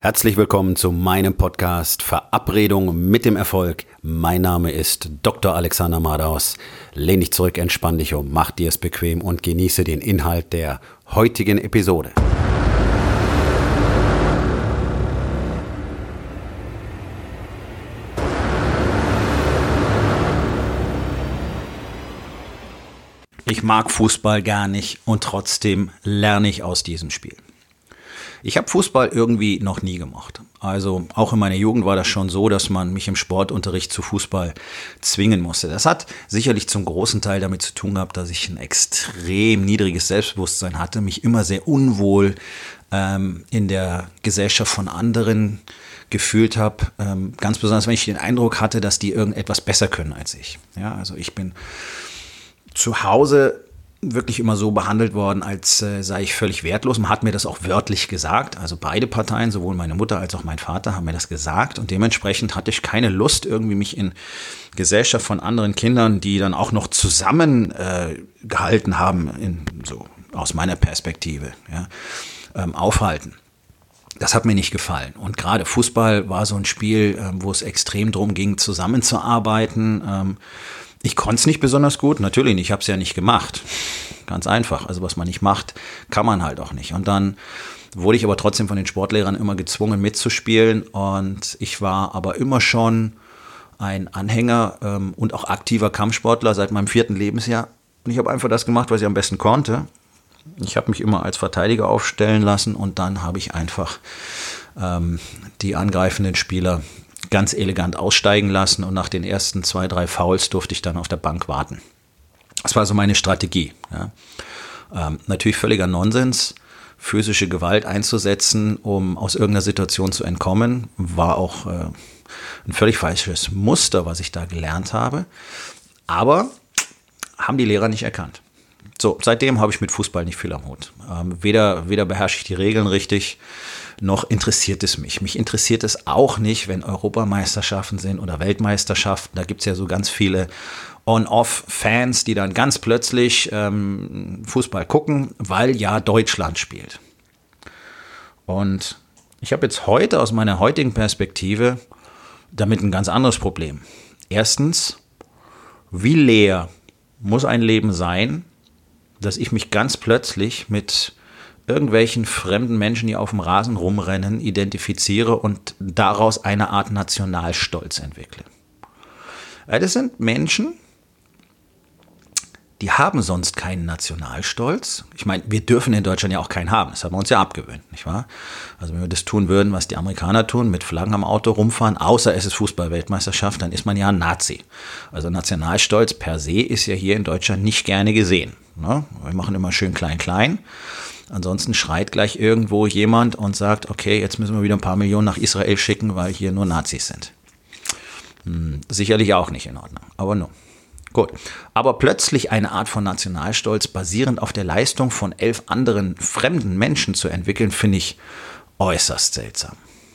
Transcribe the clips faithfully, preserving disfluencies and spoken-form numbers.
Herzlich willkommen zu meinem Podcast Verabredung mit dem Erfolg. Mein Name ist Doktor Alexander Madaus. Lehn dich zurück, entspann dich um, mach dir es bequem und genieße den Inhalt der heutigen Episode. Ich mag Fußball gar nicht und trotzdem lerne ich aus diesem Spiel. Ich habe Fußball irgendwie noch nie gemocht. Also auch in meiner Jugend war das schon so, dass man mich im Sportunterricht zu Fußball zwingen musste. Das hat sicherlich zum großen Teil damit zu tun gehabt, dass ich ein extrem niedriges Selbstbewusstsein hatte, mich immer sehr unwohl ähm, in der Gesellschaft von anderen gefühlt habe. Ähm, ganz besonders, wenn ich den Eindruck hatte, dass die irgendetwas besser können als ich. Ja, also ich bin zu Hause wirklich immer so behandelt worden, als äh, sei ich völlig wertlos. Man hat mir das auch wörtlich gesagt. Also beide Parteien, sowohl meine Mutter als auch mein Vater, haben mir das gesagt. Und dementsprechend hatte ich keine Lust, irgendwie mich in Gesellschaft von anderen Kindern, die dann auch noch zusammen äh, gehalten haben, in, so aus meiner Perspektive, ja, ähm, aufhalten. Das hat mir nicht gefallen. Und gerade Fußball war so ein Spiel, äh, wo es extrem darum ging, zusammenzuarbeiten. Ähm, Ich konnte es nicht besonders gut, natürlich nicht, ich habe es ja nicht gemacht. Ganz einfach, also was man nicht macht, kann man halt auch nicht. Und dann wurde ich aber trotzdem von den Sportlehrern immer gezwungen mitzuspielen und ich war aber immer schon ein Anhänger ähm, und auch aktiver Kampfsportler seit meinem vierten Lebensjahr. Und ich habe einfach das gemacht, was ich am besten konnte. Ich habe mich immer als Verteidiger aufstellen lassen und dann habe ich einfach ähm, die angreifenden Spieler ganz elegant aussteigen lassen und nach den ersten zwei, drei Fouls durfte ich dann auf der Bank warten. Das war so meine Strategie. Ja. Ähm, natürlich völliger Nonsens, physische Gewalt einzusetzen, um aus irgendeiner Situation zu entkommen, war auch äh, ein völlig falsches Muster, was ich da gelernt habe. Aber haben die Lehrer nicht erkannt. So, seitdem habe ich mit Fußball nicht viel am Hut. Ähm, weder, weder beherrsche ich die Regeln richtig, noch interessiert es mich. Mich interessiert es auch nicht, wenn Europameisterschaften sind oder Weltmeisterschaften. Da gibt es ja so ganz viele On-Off-Fans, die dann ganz plötzlich ähm, Fußball gucken, weil ja Deutschland spielt. Und ich habe jetzt heute aus meiner heutigen Perspektive damit ein ganz anderes Problem. Erstens, wie leer muss ein Leben sein, dass ich mich ganz plötzlich mit irgendwelchen fremden Menschen, die auf dem Rasen rumrennen, identifiziere und daraus eine Art Nationalstolz entwickle. Das sind Menschen, die haben sonst keinen Nationalstolz. Ich meine, wir dürfen in Deutschland ja auch keinen haben. Das haben wir uns ja abgewöhnt, nicht wahr? Also wenn wir das tun würden, was die Amerikaner tun, mit Flaggen am Auto rumfahren, außer es ist Fußball-Weltmeisterschaft, dann ist man ja ein Nazi. Also Nationalstolz per se ist ja hier in Deutschland nicht gerne gesehen. Ne? Wir machen immer schön klein-klein. Ansonsten schreit gleich irgendwo jemand und sagt, okay, jetzt müssen wir wieder ein paar Millionen nach Israel schicken, weil hier nur Nazis sind. Hm, sicherlich auch nicht in Ordnung, aber nur. Gut, aber plötzlich eine Art von Nationalstolz basierend auf der Leistung von elf anderen fremden Menschen zu entwickeln, finde ich äußerst seltsam.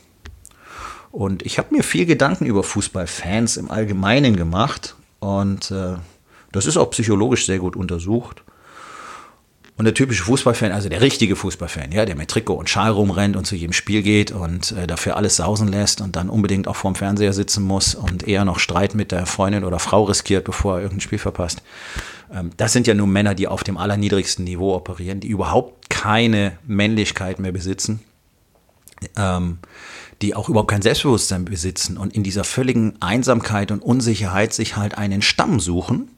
Und ich habe mir viel Gedanken über Fußballfans im Allgemeinen gemacht und äh, das ist auch psychologisch sehr gut untersucht. Und der typische Fußballfan, also der richtige Fußballfan, ja, der mit Trikot und Schal rumrennt und zu jedem Spiel geht und äh, dafür alles sausen lässt und dann unbedingt auch vorm Fernseher sitzen muss und eher noch Streit mit der Freundin oder Frau riskiert, bevor er irgendein Spiel verpasst. Ähm, das sind ja nur Männer, die auf dem allerniedrigsten Niveau operieren, die überhaupt keine Männlichkeit mehr besitzen, ähm, die auch überhaupt kein Selbstbewusstsein besitzen und in dieser völligen Einsamkeit und Unsicherheit sich halt einen Stamm suchen,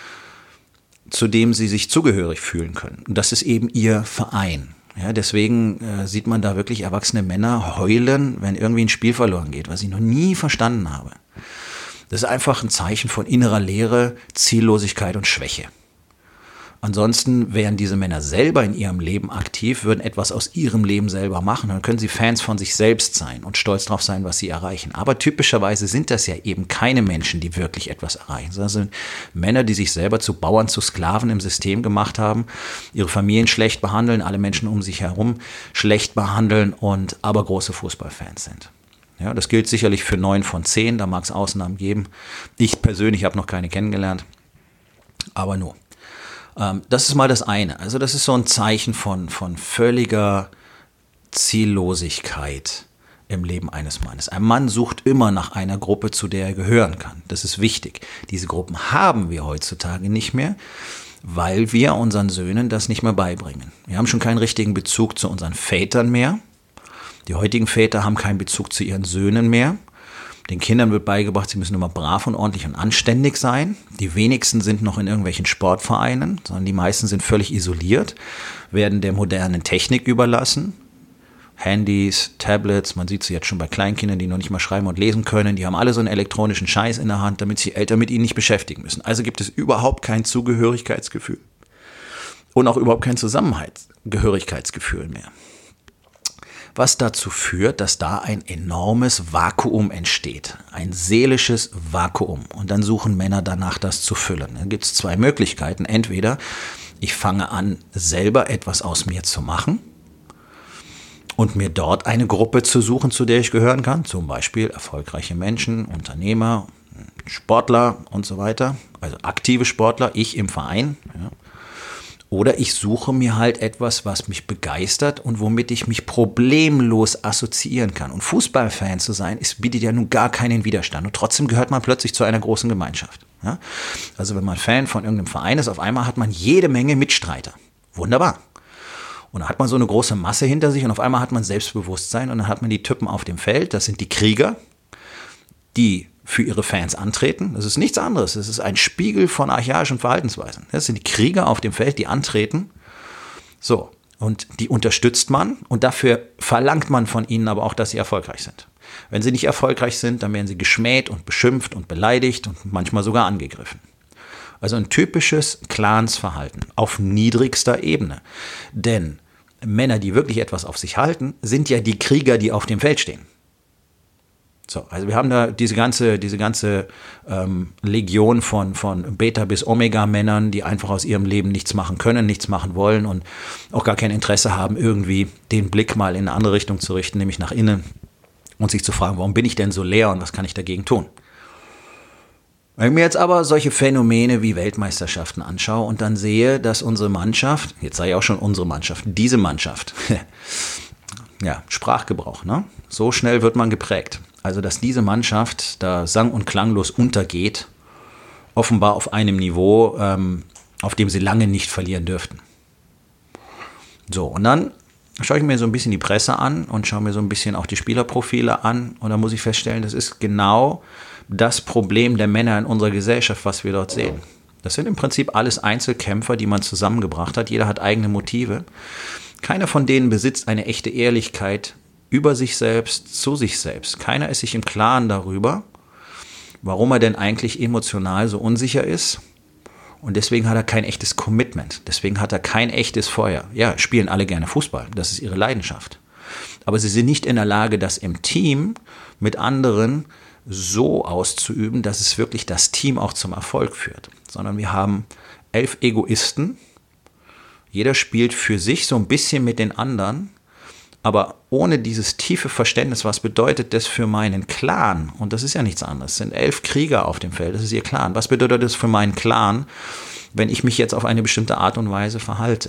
zu dem sie sich zugehörig fühlen können. Und das ist eben ihr Verein. Ja, deswegen äh, sieht man da wirklich erwachsene Männer heulen, wenn irgendwie ein Spiel verloren geht, was ich noch nie verstanden habe. Das ist einfach ein Zeichen von innerer Leere, Ziellosigkeit und Schwäche. Ansonsten wären diese Männer selber in ihrem Leben aktiv, würden etwas aus ihrem Leben selber machen. Dann können sie Fans von sich selbst sein und stolz darauf sein, was sie erreichen. Aber typischerweise sind das ja eben keine Menschen, die wirklich etwas erreichen. Das sind Männer, die sich selber zu Bauern, zu Sklaven im System gemacht haben, ihre Familien schlecht behandeln, alle Menschen um sich herum schlecht behandeln und aber große Fußballfans sind. Ja, das gilt sicherlich für neun von zehn, da mag es Ausnahmen geben. Ich persönlich habe noch keine kennengelernt, aber nur. Das ist mal das eine. Also das ist so ein Zeichen von, von völliger Ziellosigkeit, im Leben eines Mannes. Ein Mann sucht immer nach einer Gruppe, zu der er gehören kann. Das ist wichtig. Diese Gruppen haben wir heutzutage nicht mehr, weil wir unseren Söhnen das nicht mehr beibringen. Wir haben schon keinen richtigen Bezug zu unseren Vätern mehr. Die heutigen Väter haben keinen Bezug zu ihren Söhnen mehr. Den Kindern wird beigebracht, sie müssen immer brav und ordentlich und anständig sein. Die wenigsten sind noch in irgendwelchen Sportvereinen, sondern die meisten sind völlig isoliert, werden der modernen Technik überlassen. Handys, Tablets, man sieht sie jetzt schon bei Kleinkindern, die noch nicht mal schreiben und lesen können. Die haben alle so einen elektronischen Scheiß in der Hand, damit sich Eltern mit ihnen nicht beschäftigen müssen. Also gibt es überhaupt kein Zugehörigkeitsgefühl und auch überhaupt kein Zusammengehörigkeitsgefühl mehr. Was dazu führt, dass da ein enormes Vakuum entsteht, ein seelisches Vakuum. Und dann suchen Männer danach, das zu füllen. Da gibt es zwei Möglichkeiten. Entweder ich fange an, selber etwas aus mir zu machen und mir dort eine Gruppe zu suchen, zu der ich gehören kann. Zum Beispiel erfolgreiche Menschen, Unternehmer, Sportler und so weiter. Also aktive Sportler, ich im Verein, ja. Oder ich suche mir halt etwas, was mich begeistert und womit ich mich problemlos assoziieren kann. Und Fußballfan zu sein, ist, bietet ja nun gar keinen Widerstand. Und trotzdem gehört man plötzlich zu einer großen Gemeinschaft. Ja? Also wenn man Fan von irgendeinem Verein ist, auf einmal hat man jede Menge Mitstreiter. Wunderbar. Und dann hat man so eine große Masse hinter sich und auf einmal hat man Selbstbewusstsein und dann hat man die Typen auf dem Feld, das sind die Krieger, die für ihre Fans antreten. Das ist nichts anderes. Das ist ein Spiegel von archaischen Verhaltensweisen. Das sind die Krieger auf dem Feld, die antreten. So, und die unterstützt man und dafür verlangt man von ihnen aber auch, dass sie erfolgreich sind. Wenn sie nicht erfolgreich sind, dann werden sie geschmäht und beschimpft und beleidigt und manchmal sogar angegriffen. Also ein typisches Clansverhalten auf niedrigster Ebene. Denn Männer, die wirklich etwas auf sich halten, sind ja die Krieger, die auf dem Feld stehen. So, also wir haben da diese ganze, diese ganze ähm, Legion von, von Beta- bis Omega-Männern, die einfach aus ihrem Leben nichts machen können, nichts machen wollen und auch gar kein Interesse haben, irgendwie den Blick mal in eine andere Richtung zu richten, nämlich nach innen und sich zu fragen, warum bin ich denn so leer und was kann ich dagegen tun? Wenn ich mir jetzt aber solche Phänomene wie Weltmeisterschaften anschaue und dann sehe, dass unsere Mannschaft, jetzt sage ich auch schon unsere Mannschaft, diese Mannschaft, ja, Sprachgebrauch, ne? So schnell wird man geprägt. Also, dass diese Mannschaft da sang- und klanglos untergeht, offenbar auf einem Niveau, ähm, auf dem sie lange nicht verlieren dürften. So, und dann schaue ich mir so ein bisschen die Presse an und schaue mir so ein bisschen auch die Spielerprofile an. Und da muss ich feststellen, das ist genau das Problem der Männer in unserer Gesellschaft, was wir dort sehen. Das sind im Prinzip alles Einzelkämpfer, die man zusammengebracht hat. Jeder hat eigene Motive. Keiner von denen besitzt eine echte Ehrlichkeit über sich selbst, zu sich selbst. Keiner ist sich im Klaren darüber, warum er denn eigentlich emotional so unsicher ist. Und deswegen hat er kein echtes Commitment. Deswegen hat er kein echtes Feuer. Ja, spielen alle gerne Fußball. Das ist ihre Leidenschaft. Aber sie sind nicht in der Lage, das im Team mit anderen so auszuüben, dass es wirklich das Team auch zum Erfolg führt. Sondern wir haben elf Egoisten. Jeder spielt für sich so ein bisschen mit den anderen. Aber ohne dieses tiefe Verständnis, was bedeutet das für meinen Clan? Und das ist ja nichts anderes. Es sind elf Krieger auf dem Feld, das ist ihr Clan. Was bedeutet das für meinen Clan, wenn ich mich jetzt auf eine bestimmte Art und Weise verhalte?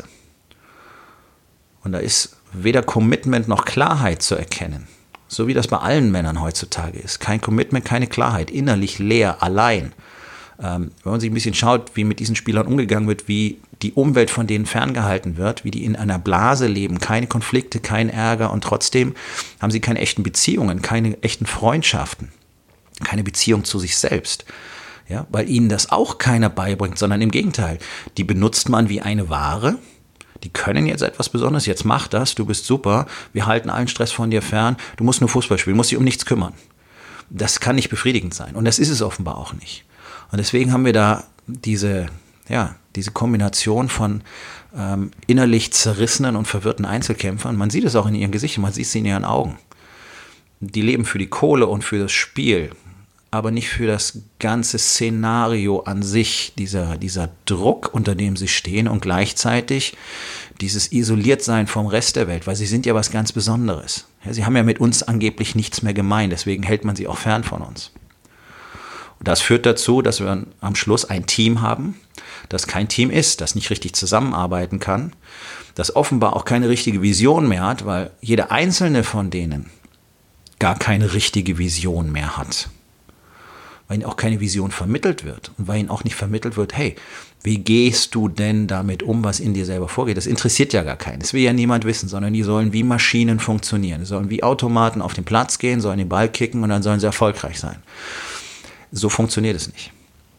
Und da ist weder Commitment noch Klarheit zu erkennen. So wie das bei allen Männern heutzutage ist. Kein Commitment, keine Klarheit, innerlich leer, allein. Ähm, wenn man sich ein bisschen schaut, wie mit diesen Spielern umgegangen wird, wie die Umwelt von denen ferngehalten wird, wie die in einer Blase leben, keine Konflikte, kein Ärger und trotzdem haben sie keine echten Beziehungen, keine echten Freundschaften, keine Beziehung zu sich selbst. Ja, weil ihnen das auch keiner beibringt, sondern im Gegenteil, die benutzt man wie eine Ware. Die können jetzt etwas Besonderes, jetzt mach das, du bist super, wir halten allen Stress von dir fern, du musst nur Fußball spielen, musst dich um nichts kümmern. Das kann nicht befriedigend sein und das ist es offenbar auch nicht. Und deswegen haben wir da diese, ja, diese Kombination von ähm, innerlich zerrissenen und verwirrten Einzelkämpfern. Man sieht es auch in ihren Gesichtern, man sieht es in ihren Augen. Die leben für die Kohle und für das Spiel, aber nicht für das ganze Szenario an sich, dieser, dieser Druck, unter dem sie stehen und gleichzeitig dieses Isoliertsein vom Rest der Welt, weil sie sind ja was ganz Besonderes. Ja, sie haben ja mit uns angeblich nichts mehr gemein, deswegen hält man sie auch fern von uns. Und das führt dazu, dass wir am Schluss ein Team haben, das kein Team ist, das nicht richtig zusammenarbeiten kann, das offenbar auch keine richtige Vision mehr hat, weil jeder einzelne von denen gar keine richtige Vision mehr hat. Weil ihnen auch keine Vision vermittelt wird und weil ihnen auch nicht vermittelt wird, hey, wie gehst du denn damit um, was in dir selber vorgeht? Das interessiert ja gar keinen. Das will ja niemand wissen, sondern die sollen wie Maschinen funktionieren. Die sollen wie Automaten auf den Platz gehen, sollen den Ball kicken und dann sollen sie erfolgreich sein. So funktioniert es nicht.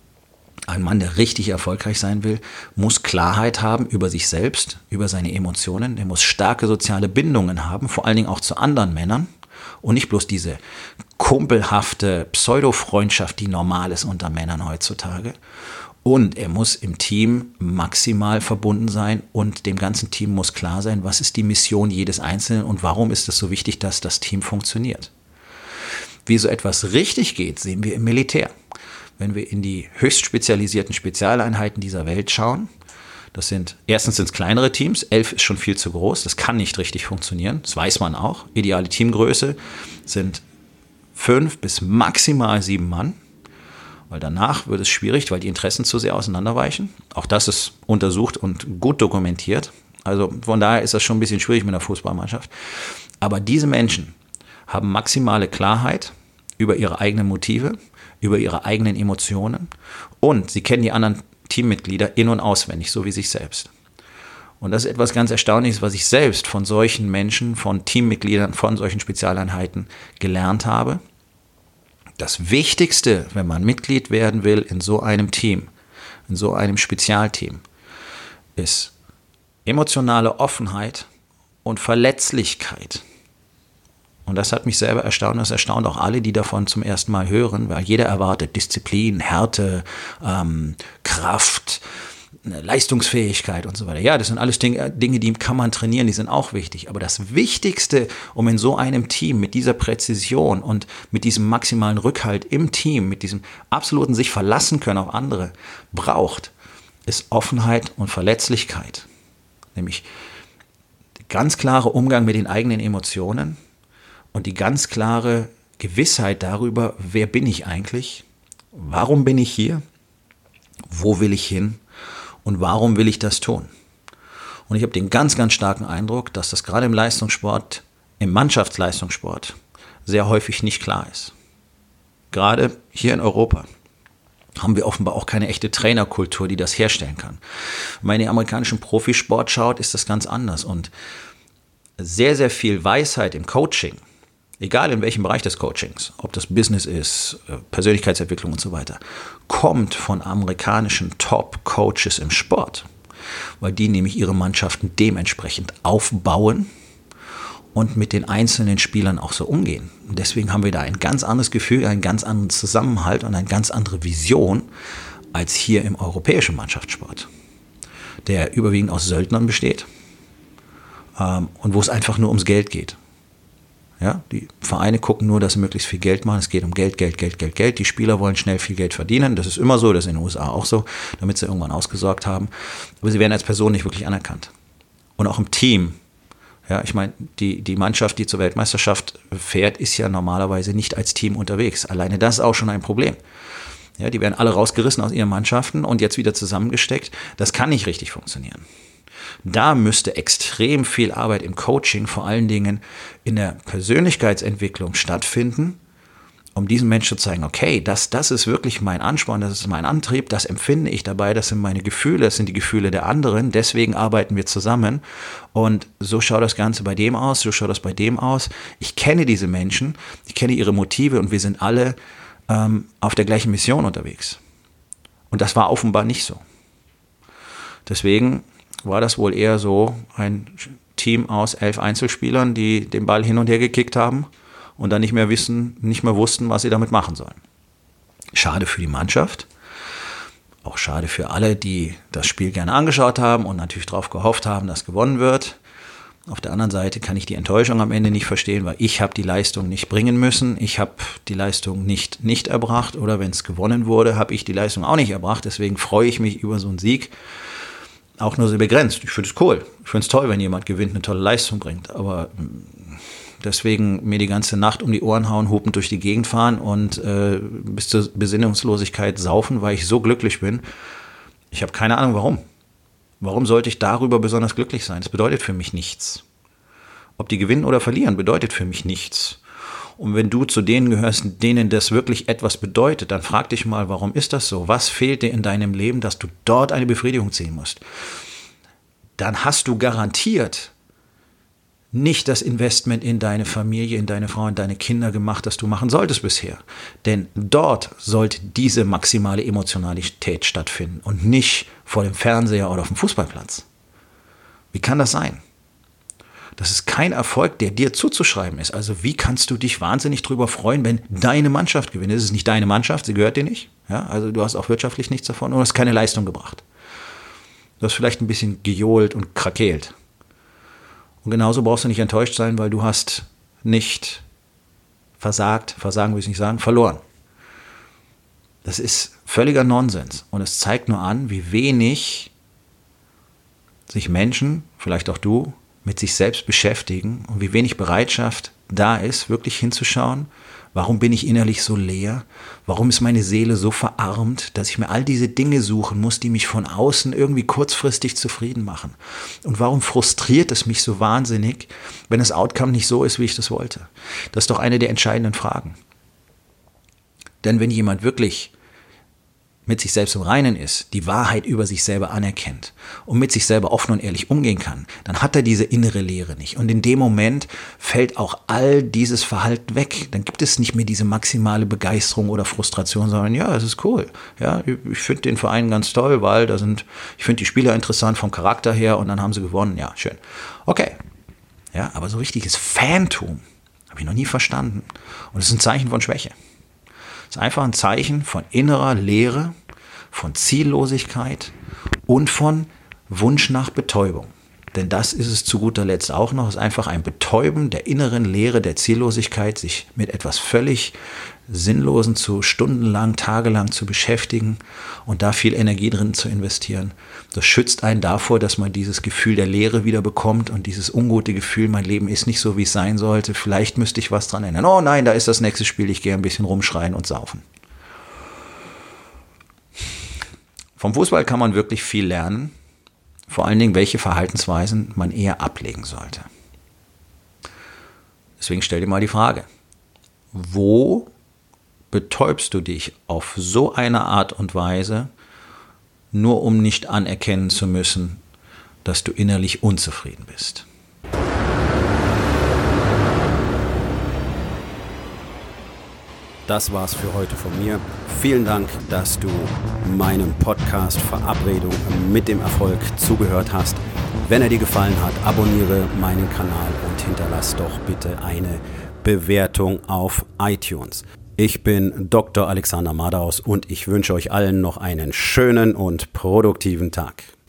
Ein Mann, der richtig erfolgreich sein will, muss Klarheit haben über sich selbst, über seine Emotionen. Der muss starke soziale Bindungen haben, vor allen Dingen auch zu anderen Männern. Und nicht bloß diese kumpelhafte Pseudo-Freundschaft, die normal ist unter Männern heutzutage. Und er muss im Team maximal verbunden sein und dem ganzen Team muss klar sein, was ist die Mission jedes Einzelnen und warum ist es so wichtig, dass das Team funktioniert. Wie so etwas richtig geht, sehen wir im Militär. Wenn wir in die höchst spezialisierten Spezialeinheiten dieser Welt schauen, das sind, erstens sind es kleinere Teams, elf ist schon viel zu groß, das kann nicht richtig funktionieren, das weiß man auch. Ideale Teamgröße sind fünf bis maximal sieben Mann, weil danach wird es schwierig, weil die Interessen zu sehr auseinanderweichen. Auch das ist untersucht und gut dokumentiert. Also von daher ist das schon ein bisschen schwierig mit einer Fußballmannschaft. Aber diese Menschen haben maximale Klarheit über ihre eigenen Motive, über ihre eigenen Emotionen und sie kennen die anderen Teammitglieder in- und auswendig, so wie sich selbst. Und das ist etwas ganz Erstaunliches, was ich selbst von solchen Menschen, von Teammitgliedern, von solchen Spezialeinheiten gelernt habe. Das Wichtigste, wenn man Mitglied werden will in so einem Team, in so einem Spezialteam, ist emotionale Offenheit und Verletzlichkeit. Und das hat mich selber erstaunt, das erstaunt auch alle, die davon zum ersten Mal hören, weil jeder erwartet Disziplin, Härte, ähm, Kraft, Leistungsfähigkeit und so weiter. Ja, das sind alles Dinge, Dinge, die kann man trainieren, die sind auch wichtig. Aber das Wichtigste, um in so einem Team mit dieser Präzision und mit diesem maximalen Rückhalt im Team, mit diesem absoluten sich verlassen können auf andere, braucht, ist Offenheit und Verletzlichkeit. Nämlich der ganz klare Umgang mit den eigenen Emotionen, und die ganz klare Gewissheit darüber, wer bin ich eigentlich, warum bin ich hier, wo will ich hin und warum will ich das tun. Und ich habe den ganz, ganz starken Eindruck, dass das gerade im Leistungssport, im Mannschaftsleistungssport sehr häufig nicht klar ist. Gerade hier in Europa haben wir offenbar auch keine echte Trainerkultur, die das herstellen kann. Wenn man in den amerikanischen Profisport schaut, ist das ganz anders und sehr, sehr viel Weisheit im Coaching, egal in welchem Bereich des Coachings, ob das Business ist, Persönlichkeitsentwicklung und so weiter, kommt von amerikanischen Top-Coaches im Sport, weil die nämlich ihre Mannschaften dementsprechend aufbauen und mit den einzelnen Spielern auch so umgehen. Und deswegen haben wir da ein ganz anderes Gefühl, einen ganz anderen Zusammenhalt und eine ganz andere Vision als hier im europäischen Mannschaftssport, der überwiegend aus Söldnern besteht ähm, und wo es einfach nur ums Geld geht. Ja, die Vereine gucken nur, dass sie möglichst viel Geld machen. Es geht um Geld, Geld, Geld, Geld, Geld. Die Spieler wollen schnell viel Geld verdienen. Das ist immer so, das ist in den U S A auch so, damit sie irgendwann ausgesorgt haben. Aber sie werden als Person nicht wirklich anerkannt. Und auch im Team. Ja, ich meine, die, die Mannschaft, die zur Weltmeisterschaft fährt, ist ja normalerweise nicht als Team unterwegs. Alleine das ist auch schon ein Problem. Ja, die werden alle rausgerissen aus ihren Mannschaften und jetzt wieder zusammengesteckt. Das kann nicht richtig funktionieren. Da müsste extrem viel Arbeit im Coaching, vor allen Dingen in der Persönlichkeitsentwicklung stattfinden, um diesen Menschen zu zeigen, okay, das, das ist wirklich mein Ansporn, das ist mein Antrieb, das empfinde ich dabei, das sind meine Gefühle, das sind die Gefühle der anderen, deswegen arbeiten wir zusammen und so schaut das Ganze bei dem aus, so schaut das bei dem aus. Ich kenne diese Menschen, ich kenne ihre Motive und wir sind alle ähm, auf der gleichen Mission unterwegs. Und das war offenbar nicht so. Deswegen war das wohl eher so ein Team aus elf Einzelspielern, die den Ball hin und her gekickt haben und dann nicht mehr wissen, nicht mehr wussten, was sie damit machen sollen. Schade für die Mannschaft, auch schade für alle, die das Spiel gerne angeschaut haben und natürlich darauf gehofft haben, dass gewonnen wird. Auf der anderen Seite kann ich die Enttäuschung am Ende nicht verstehen, weil ich habe die Leistung nicht bringen müssen, ich habe die Leistung nicht nicht erbracht oder wenn es gewonnen wurde, habe ich die Leistung auch nicht erbracht. Deswegen freue ich mich über so einen Sieg. Auch nur so begrenzt. Ich finde es cool. Ich finde es toll, wenn jemand gewinnt, eine tolle Leistung bringt. Aber deswegen mir die ganze Nacht um die Ohren hauen, hupend durch die Gegend fahren und äh, bis zur Besinnungslosigkeit saufen, weil ich so glücklich bin. Ich habe keine Ahnung, warum. Warum sollte ich darüber besonders glücklich sein? Das bedeutet für mich nichts. Ob die gewinnen oder verlieren, bedeutet für mich nichts. Und wenn du zu denen gehörst, denen das wirklich etwas bedeutet, dann frag dich mal, warum ist das so? Was fehlt dir in deinem Leben, dass du dort eine Befriedigung ziehen musst? Dann hast du garantiert nicht das Investment in deine Familie, in deine Frau, in deine Kinder gemacht, das du machen solltest bisher. Denn dort sollte diese maximale Emotionalität stattfinden und nicht vor dem Fernseher oder auf dem Fußballplatz. Wie kann das sein? Das ist kein Erfolg, der dir zuzuschreiben ist. Also wie kannst du dich wahnsinnig drüber freuen, wenn deine Mannschaft gewinnt? Es ist nicht deine Mannschaft, sie gehört dir nicht. Ja, also du hast auch wirtschaftlich nichts davon und hast keine Leistung gebracht. Du hast vielleicht ein bisschen gejohlt und krakeelt. Und genauso brauchst du nicht enttäuscht sein, weil du hast nicht versagt, versagen will ich nicht sagen, verloren. Das ist völliger Nonsens. Und es zeigt nur an, wie wenig sich Menschen, vielleicht auch du, mit sich selbst beschäftigen und wie wenig Bereitschaft da ist, wirklich hinzuschauen, warum bin ich innerlich so leer, warum ist meine Seele so verarmt, dass ich mir all diese Dinge suchen muss, die mich von außen irgendwie kurzfristig zufrieden machen. Und warum frustriert es mich so wahnsinnig, wenn das Outcome nicht so ist, wie ich das wollte? Das ist doch eine der entscheidenden Fragen. Denn wenn jemand wirklich mit sich selbst im Reinen ist, die Wahrheit über sich selber anerkennt und mit sich selber offen und ehrlich umgehen kann, dann hat er diese innere Leere nicht. Und in dem Moment fällt auch all dieses Verhalten weg. Dann gibt es nicht mehr diese maximale Begeisterung oder Frustration, sondern ja, es ist cool. Ja, ich finde den Verein ganz toll, weil da sind, ich finde die Spieler interessant vom Charakter her und dann haben sie gewonnen. Ja, schön. Okay. Ja, aber so richtiges Phantom habe ich noch nie verstanden. Und es ist ein Zeichen von Schwäche. Es ist einfach ein Zeichen von innerer Leere, von Ziellosigkeit und von Wunsch nach Betäubung. Denn das ist es zu guter Letzt auch noch. Es ist einfach ein Betäuben der inneren Leere, der Ziellosigkeit, sich mit etwas völlig Sinnlosen zu stundenlang, tagelang zu beschäftigen und da viel Energie drin zu investieren. Das schützt einen davor, dass man dieses Gefühl der Leere wieder bekommt und dieses ungute Gefühl, mein Leben ist nicht so, wie es sein sollte. Vielleicht müsste ich was dran ändern. Oh nein, da ist das nächste Spiel, ich gehe ein bisschen rumschreien und saufen. Vom Fußball kann man wirklich viel lernen. Vor allen Dingen, welche Verhaltensweisen man eher ablegen sollte. Deswegen stell dir mal die Frage, wo betäubst du dich auf so eine Art und Weise, nur um nicht anerkennen zu müssen, dass du innerlich unzufrieden bist? Das war's für heute von mir. Vielen Dank, dass du meinem Podcast Verabredung mit dem Erfolg zugehört hast. Wenn er dir gefallen hat, abonniere meinen Kanal und hinterlass doch bitte eine Bewertung auf iTunes. Ich bin Doktor Alexander Madaus und ich wünsche euch allen noch einen schönen und produktiven Tag.